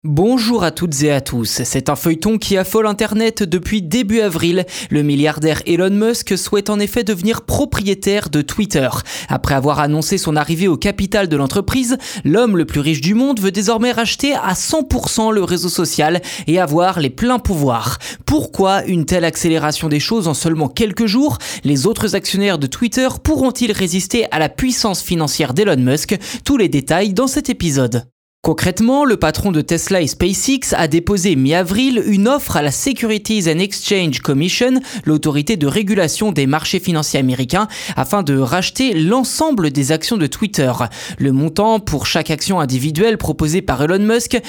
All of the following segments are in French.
Bonjour à toutes et à tous, c'est un feuilleton qui affole Internet depuis début avril. Le milliardaire Elon Musk souhaite en effet devenir propriétaire de Twitter. Après avoir annoncé son arrivée au capital de l'entreprise, l'homme le plus riche du monde veut désormais racheter à 100% le réseau social et avoir les pleins pouvoirs. Pourquoi une telle accélération des choses en seulement quelques jours ? Les autres actionnaires de Twitter pourront-ils résister à la puissance financière d'Elon Musk ? Tous les détails dans cet épisode. Concrètement, le patron de Tesla et SpaceX a déposé mi-avril une offre à la Securities and Exchange Commission, l'autorité de régulation des marchés financiers américains, afin de racheter l'ensemble des actions de Twitter. Le montant pour chaque action individuelle proposée par Elon Musk,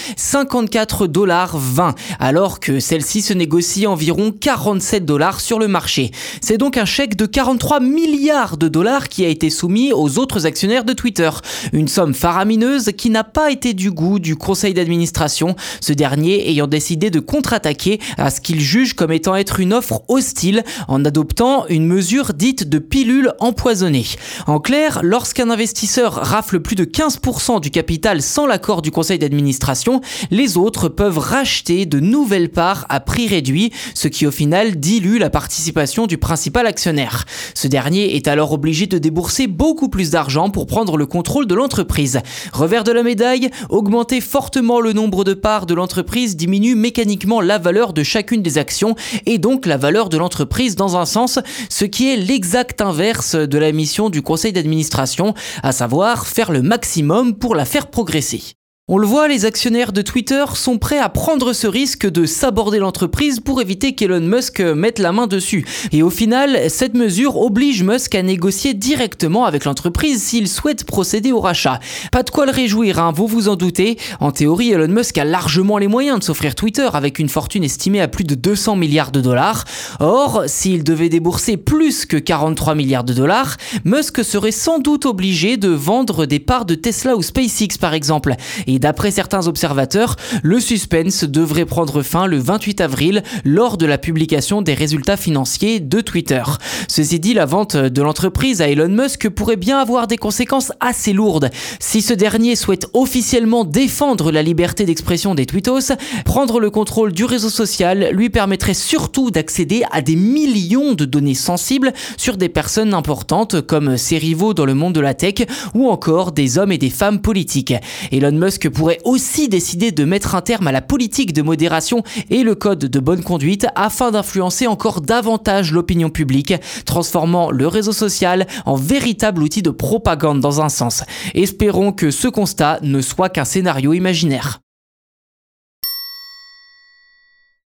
$54,20, alors que celle-ci se négocie environ $47 sur le marché. C'est donc un chèque de 43 milliards de dollars qui a été soumis aux autres actionnaires de Twitter. Une somme faramineuse qui n'a pas été du goût du conseil d'administration, ce dernier ayant décidé de contre-attaquer à ce qu'il juge comme étant être une offre hostile en adoptant une mesure dite de pilule empoisonnée. En clair, lorsqu'un investisseur rafle plus de 15% du capital sans l'accord du conseil d'administration, les autres peuvent racheter de nouvelles parts à prix réduit, ce qui au final dilue la participation du principal actionnaire. Ce dernier est alors obligé de débourser beaucoup plus d'argent pour prendre le contrôle de l'entreprise. Revers de la médaille, augmenter fortement le nombre de parts de l'entreprise diminue mécaniquement la valeur de chacune des actions et donc la valeur de l'entreprise dans un sens, ce qui est l'exact inverse de la mission du conseil d'administration, à savoir faire le maximum pour la faire progresser. On le voit, les actionnaires de Twitter sont prêts à prendre ce risque de saborder l'entreprise pour éviter qu'Elon Musk mette la main dessus. Et au final, cette mesure oblige Musk à négocier directement avec l'entreprise s'il souhaite procéder au rachat. Pas de quoi le réjouir, vous vous en doutez. En théorie, Elon Musk a largement les moyens de s'offrir Twitter avec une fortune estimée à plus de 200 milliards de dollars. Or, s'il devait débourser plus que 43 milliards de dollars, Musk serait sans doute obligé de vendre des parts de Tesla ou SpaceX par exemple. Et d'après certains observateurs, le suspense devrait prendre fin le 28 avril lors de la publication des résultats financiers de Twitter. Ceci dit, la vente de l'entreprise à Elon Musk pourrait bien avoir des conséquences assez lourdes. Si ce dernier souhaite officiellement défendre la liberté d'expression des tweetos, prendre le contrôle du réseau social lui permettrait surtout d'accéder à des millions de données sensibles sur des personnes importantes comme ses rivaux dans le monde de la tech ou encore des hommes et des femmes politiques. Elon Musk pourrait aussi décider de mettre un terme à la politique de modération et le code de bonne conduite afin d'influencer encore davantage l'opinion publique, transformant le réseau social en véritable outil de propagande dans un sens. Espérons que ce constat ne soit qu'un scénario imaginaire.